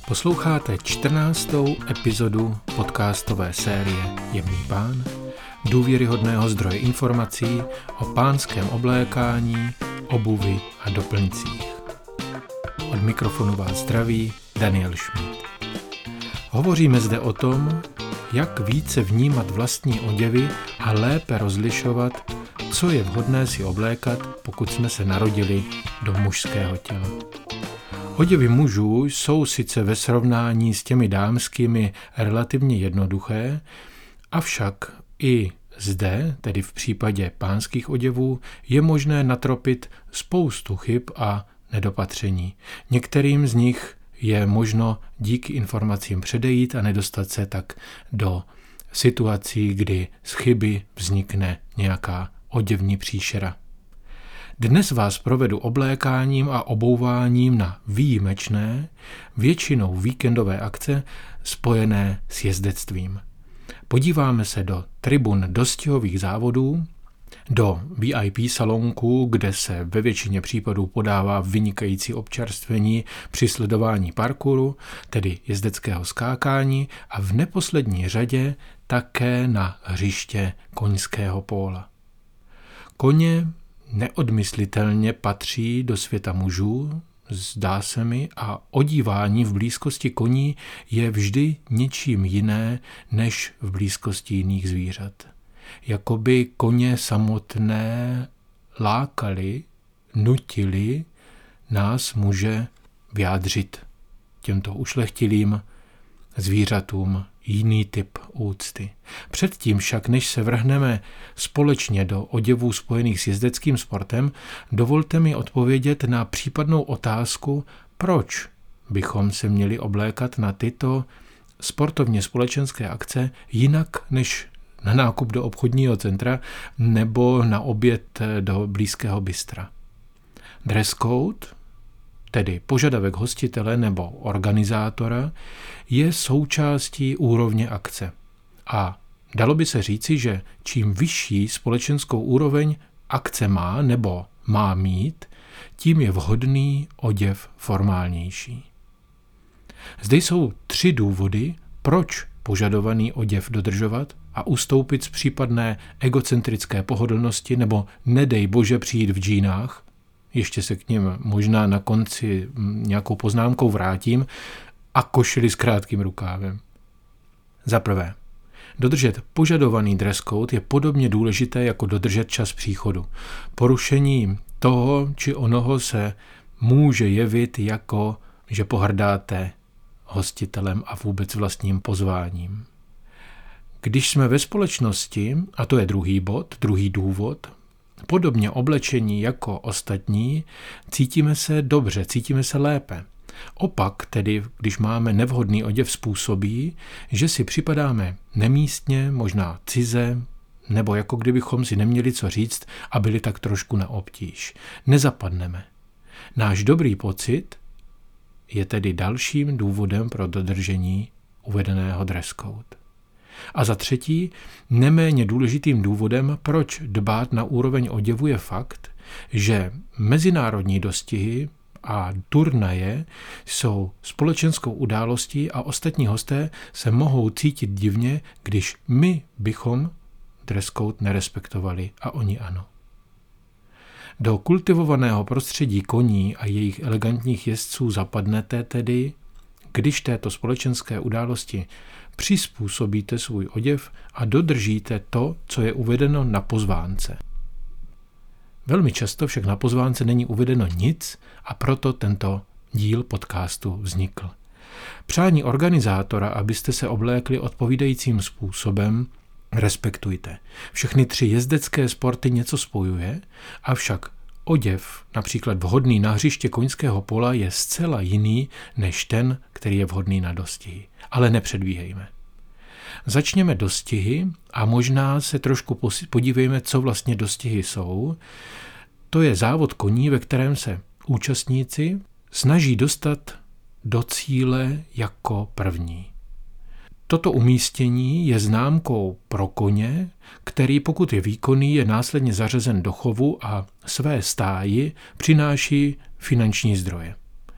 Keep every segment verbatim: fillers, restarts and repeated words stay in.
Posloucháte čtrnáctou epizodu podcastové série Jemný pán, důvěryhodného zdroje informací o pánském oblékání, obuvi a doplňcích. Od mikrofonu vás zdraví Daniel Schmidt. Hovoříme zde o tom, jak více vnímat vlastní oděvy a lépe rozlišovat, co je vhodné si oblékat, pokud jsme se narodili do mužského těla. Oděvy mužů jsou sice ve srovnání s těmi dámskými relativně jednoduché, avšak i zde, tedy v případě pánských oděvů, je možné natropit spoustu chyb a nedopatření. Některým z nich je možno díky informacím předejít a nedostat se tak do situací, kdy z chyby vznikne nějaká oděvní příšera. Dnes vás provedu oblékáním a obouváním na výjimečné, většinou víkendové akce spojené s jezdectvím. Podíváme se do tribun dostihových závodů, do V I P salonků, kde se ve většině případů podává vynikající občerstvení při sledování parkouru, tedy jezdeckého skákání, a v neposlední řadě také na hřiště koňského póla. Koně neodmyslitelně patří do světa mužů, zdá se mi, a odívání v blízkosti koní je vždy něčím jiné než v blízkosti jiných zvířat. Jakoby koně samotné lákali, nutili nás muže vyjádřit těmto ušlechtilým zvířatům jiný typ úcty. Předtím však, než se vrhneme společně do oděvů spojených s jezdeckým sportem, dovolte mi odpovědět na případnou otázku, proč bychom se měli oblékat na tyto sportovně společenské akce jinak než na nákup do obchodního centra nebo na oběd do blízkého bystra. Dress code, tedy požadavek hostitele nebo organizátora, je součástí úrovně akce. A dalo by se říci, že čím vyšší společenskou úroveň akce má nebo má mít, tím je vhodný oděv formálnější. Zde jsou tři důvody, proč požadovaný oděv dodržovat a ustoupit z případné egocentrické pohodlnosti nebo nedej bože přijít v džínách. Ještě se k nim možná na konci nějakou poznámkou vrátím, a košili s krátkým rukávem. Za prvé, dodržet požadovaný dress code je podobně důležité jako dodržet čas příchodu. Porušení toho či onoho se může jevit jako, že pohrdáte hostitelem a vůbec vlastním pozváním. Když jsme ve společnosti, a to je druhý bod, druhý důvod, podobně oblečení jako ostatní, cítíme se dobře, cítíme se lépe. Opak, tedy když máme nevhodný oděv, způsobí, že si připadáme nemístně, možná cize, nebo jako kdybychom si neměli co říct a byli tak trošku na obtíž. Nezapadneme. Náš dobrý pocit je tedy dalším důvodem pro dodržení uvedeného dress code. A za třetí, neméně důležitým důvodem, proč dbát na úroveň oděvu, je fakt, že mezinárodní dostihy a turnaje jsou společenskou událostí a ostatní hosté se mohou cítit divně, když my bychom dress code nerespektovali a oni ano. Do kultivovaného prostředí koní a jejich elegantních jezdců zapadnete tedy, když této společenské události přizpůsobíte svůj oděv a dodržíte to, co je uvedeno na pozvánce. Velmi často však na pozvánce není uvedeno nic a proto tento díl podcastu vznikl. Přání organizátora, abyste se oblékli odpovídajícím způsobem, respektujte. Všechny tři jezdecké sporty něco spojuje, avšak oděv, například vhodný na hřiště koňského pola, je zcela jiný než ten, který je vhodný na dostihy. Ale nepředbíhejme. Začněme dostihy a možná se trošku podívejme, co vlastně dostihy jsou. To je závod koní, ve kterém se účastníci snaží dostat do cíle jako první. Toto umístění je známkou pro koně, který, pokud je výkonný, je následně zařazen do chovu a své stáji přináší finanční zdroje.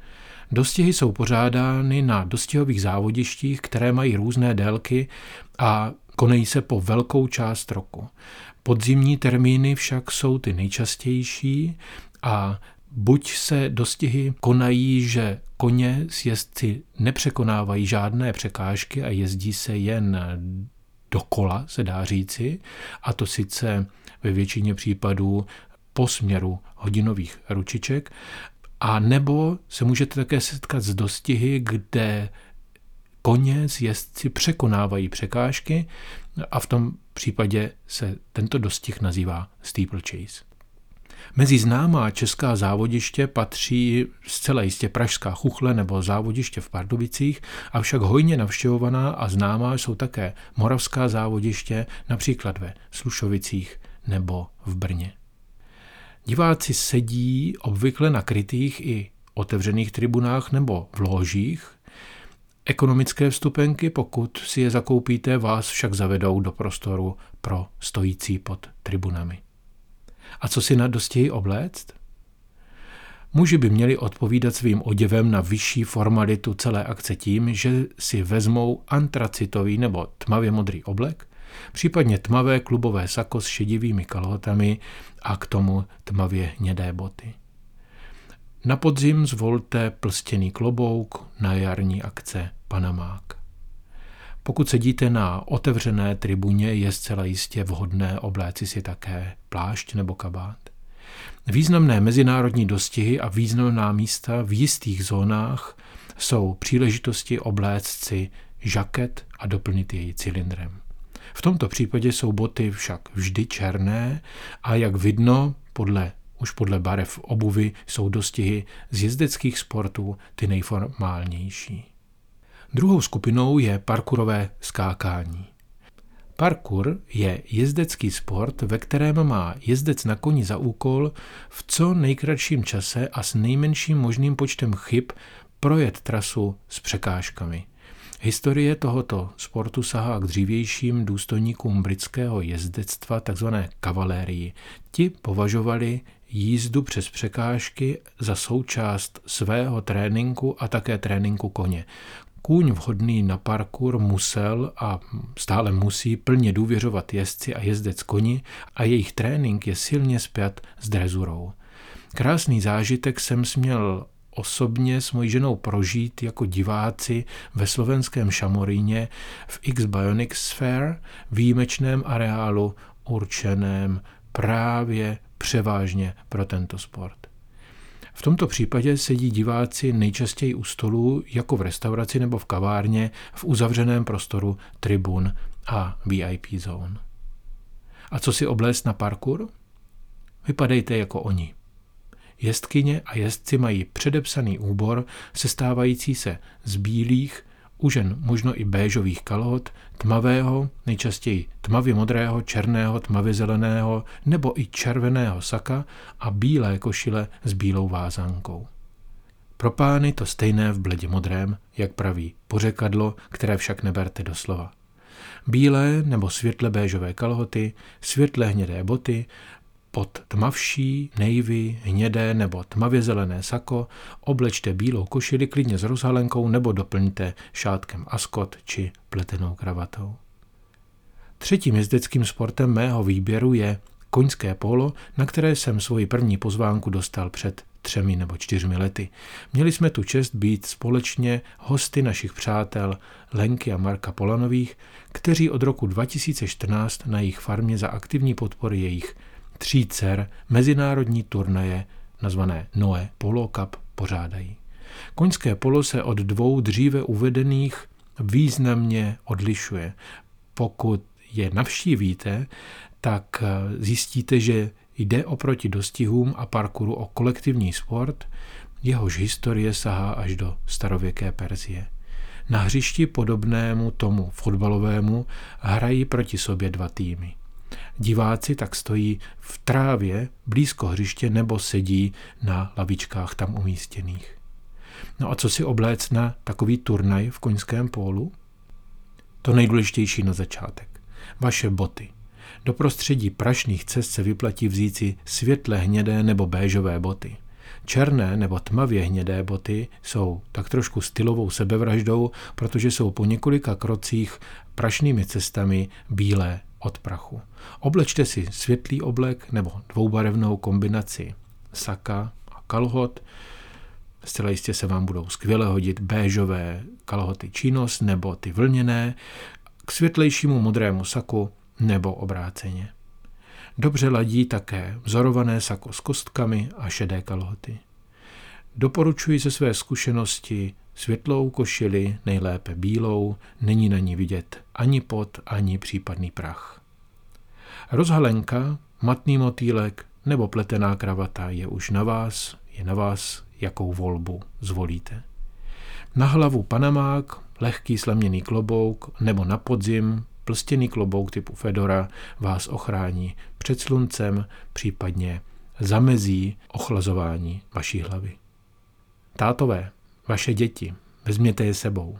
Dostihy jsou pořádány na dostihových závodištích, které mají různé délky a konají se po velkou část roku. Podzimní termíny však jsou ty nejčastější a buď se dostihy konají, že koně s jezdci nepřekonávají žádné překážky a jezdí se jen dokola, se dá říci, a to sice ve většině případů po směru hodinových ručiček, a nebo se můžete také setkat s dostihy, kde koně s jezdci překonávají překážky a v tom případě se tento dostih nazývá steeplechase. Mezi známá česká závodiště patří zcela jistě pražská Chuchle nebo závodiště v Pardubicích, avšak hojně navštěvovaná a známá jsou také moravská závodiště, například ve Slušovicích nebo v Brně. Diváci sedí obvykle na krytých i otevřených tribunách nebo v lóžích. Ekonomické vstupenky, pokud si je zakoupíte, vás však zavedou do prostoru pro stojící pod tribunami. A co si na dostihy obléct? Muži by měli odpovídat svým oděvem na vyšší formalitu celé akce tím, že si vezmou antracitový nebo tmavě modrý oblek, případně tmavé klubové sako s šedivými kalhotami a k tomu tmavě hnědé boty. Na podzim zvolte plstěný klobouk, na jarní akce panamák. Pokud sedíte na otevřené tribuně, je zcela jistě vhodné obléci si také plášť nebo kabát. Významné mezinárodní dostihy a významná místa v jistých zónách jsou příležitosti obléct si žaket a doplnit jej cylindrem. V tomto případě jsou boty však vždy černé a jak vidno, podle, už podle barev obuvy jsou dostihy z jezdeckých sportů ty nejformálnější. Druhou skupinou je parkourové skákání. Parkour je jezdecký sport, ve kterém má jezdec na koni za úkol v co nejkratším čase a s nejmenším možným počtem chyb projet trasu s překážkami. Historie tohoto sportu sahá k dřívějším důstojníkům britského jezdectva, takzvané kavalérii. Ti považovali jízdu přes překážky za součást svého tréninku a také tréninku koně. Kůň vhodný na parkour musel a stále musí plně důvěřovat jezdci a jezdec koni a jejich trénink je silně spjat s drezurou. Krásný zážitek jsem směl osobně s mojí ženou prožít jako diváci ve slovenském Šamoríně v X-Bionics Sphere, výjimečném areálu určeném právě převážně pro tento sport. V tomto případě sedí diváci nejčastěji u stolů jako v restauraci nebo v kavárně v uzavřeném prostoru tribun a V I P zone. A co si oblézt na parkour? Vypadejte jako oni. Jezdkyně a jezdci mají předepsaný úbor sestávající se z bílých, u žen možno i béžových kalhot, tmavého, nejčastěji tmavě modrého, černého, tmavě zeleného nebo i červeného saka a bílé košile s bílou vázankou. Pro pány to stejné v bledě modrém, jak praví pořekadlo, které však neberte doslova. Bílé nebo světle béžové kalhoty, světle hnědé boty, pod tmavší, nejvy, hnědé nebo tmavě zelené sako oblečte bílou košili klidně s rozhalenkou nebo doplňte šátkem askot či pletenou kravatou. Třetím jezdeckým sportem mého výběru je koňské polo, na které jsem svoji první pozvánku dostal před třemi nebo čtyřmi lety. Měli jsme tu čest být společně hosty našich přátel Lenky a Marka Polanových, kteří od roku dva tisíce čtrnáct na jejich farmě za aktivní podpory jejich tří dcer mezinárodní turnaje nazvané Noe Polo Cup pořádají. Koňské polo se od dvou dříve uvedených významně odlišuje. Pokud je navštívíte, tak zjistíte, že jde oproti dostihům a parkouru o kolektivní sport, jehož historie sahá až do starověké Persie. Na hřišti podobnému tomu fotbalovému hrají proti sobě dva týmy. Diváci tak stojí v trávě blízko hřiště nebo sedí na lavičkách tam umístěných. No a co si obléct na takový turnaj v koňském pólu? To nejdůležitější na začátek. Vaše boty. Do prostředí prašných cest se vyplatí vzít si světle hnědé nebo béžové boty. Černé nebo tmavě hnědé boty jsou tak trošku stylovou sebevraždou, protože jsou po několika krocích prašnými cestami bílé od prachu. Oblečte si světlý oblek nebo dvoubarevnou kombinaci saka a kalhot. Zcela jistě se vám budou skvěle hodit béžové kalhoty chinos nebo ty vlněné k světlejšímu modrému saku nebo obráceně. Dobře ladí také vzorované sako s kostkami a šedé kalhoty. Doporučuji ze své zkušenosti světlou košili, nejlépe bílou, není na ní vidět ani pot, ani případný prach. Rozhalenka, matný motýlek nebo pletená kravata je už na vás, je na vás, jakou volbu zvolíte. Na hlavu panamák, lehký slaměný klobouk nebo na podzim plstěný klobouk typu fedora vás ochrání před sluncem, případně zamezí ochlazování vaší hlavy. Tátové, vaše děti, vezměte je sebou.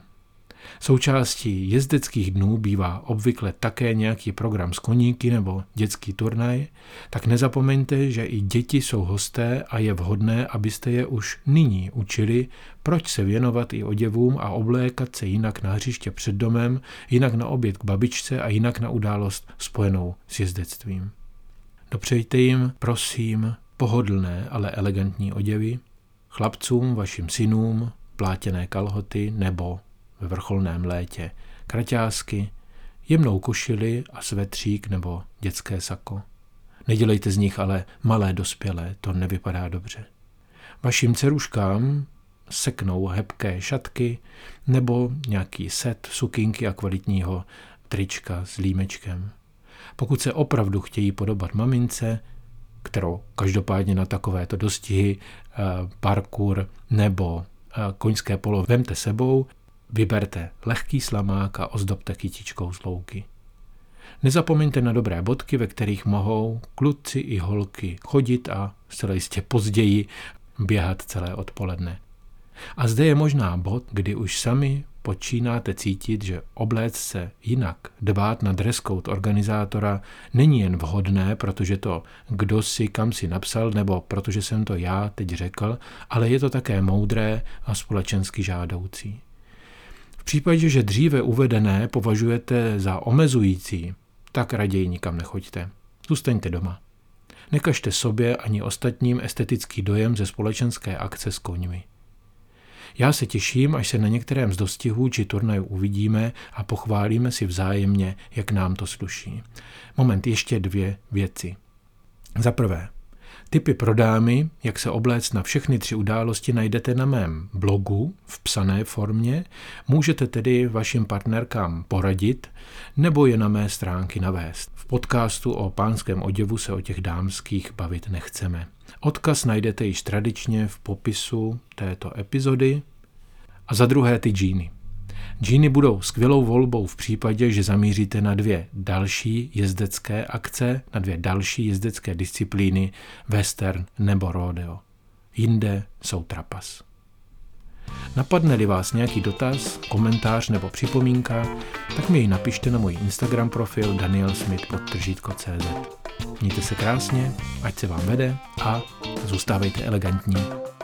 Součástí jezdeckých dnů bývá obvykle také nějaký program s koníky nebo dětský turnaj, tak nezapomeňte, že i děti jsou hosté a je vhodné, abyste je už nyní učili, proč se věnovat i oděvům a oblékat se jinak na hřiště před domem, jinak na oběd k babičce a jinak na událost spojenou s jezdectvím. Dopřejte jim, prosím, pohodlné, ale elegantní oděvy, chlapcům, vašim synům, plátěné kalhoty nebo ve vrcholném létě kraťásky, jemnou košili a svetřík nebo dětské sako. Nedělejte z nich ale malé dospělé, to nevypadá dobře. Vašim dceruškám seknou hebké šatky nebo nějaký set sukinky a kvalitního trička s límečkem. Pokud se opravdu chtějí podobat mamince, kterou každopádně na takovéto dostihy, parkour nebo koňské polo vemte sebou, vyberte lehký slamák a ozdobte kytičkou z louky. Nezapomeňte na dobré bodky, ve kterých mohou kluci i holky chodit a zcela jistě později běhat celé odpoledne. A zde je možná bod, kdy už sami počínáte cítit, že obléct se jinak, dbát na dress code organizátora není jen vhodné, protože to kdo si kam si napsal, nebo protože jsem to já teď řekl, ale je to také moudré a společensky žádoucí. V případě, že dříve uvedené považujete za omezující, tak raději nikam nechoďte. Zůstaňte doma. Nekažte sobě ani ostatním estetický dojem ze společenské akce s koňmi. Já se těším, až se na některém z dostihů či turnajů uvidíme a pochválíme si vzájemně, jak nám to sluší. Moment, ještě dvě věci. Za prvé, tipy pro dámy, jak se obléct na všechny tři události, najdete na mém blogu v psané formě. Můžete tedy vašim partnerkám poradit nebo je na mé stránky navést. V podcastu o pánském oděvu se o těch dámských bavit nechceme. Odkaz najdete již tradičně v popisu této epizody. A za druhé ty džíny. Džíny budou skvělou volbou v případě, že zamíříte na dvě další jezdecké akce, na dvě další jezdecké disciplíny, western nebo rodeo. Jinde jsou trapas. Napadne-li vás nějaký dotaz, komentář nebo připomínka, tak mi ji napište na můj Instagram profil daniel smith podtržítko tečka cz. Mějte se krásně, ať se vám vede a zůstávejte elegantní.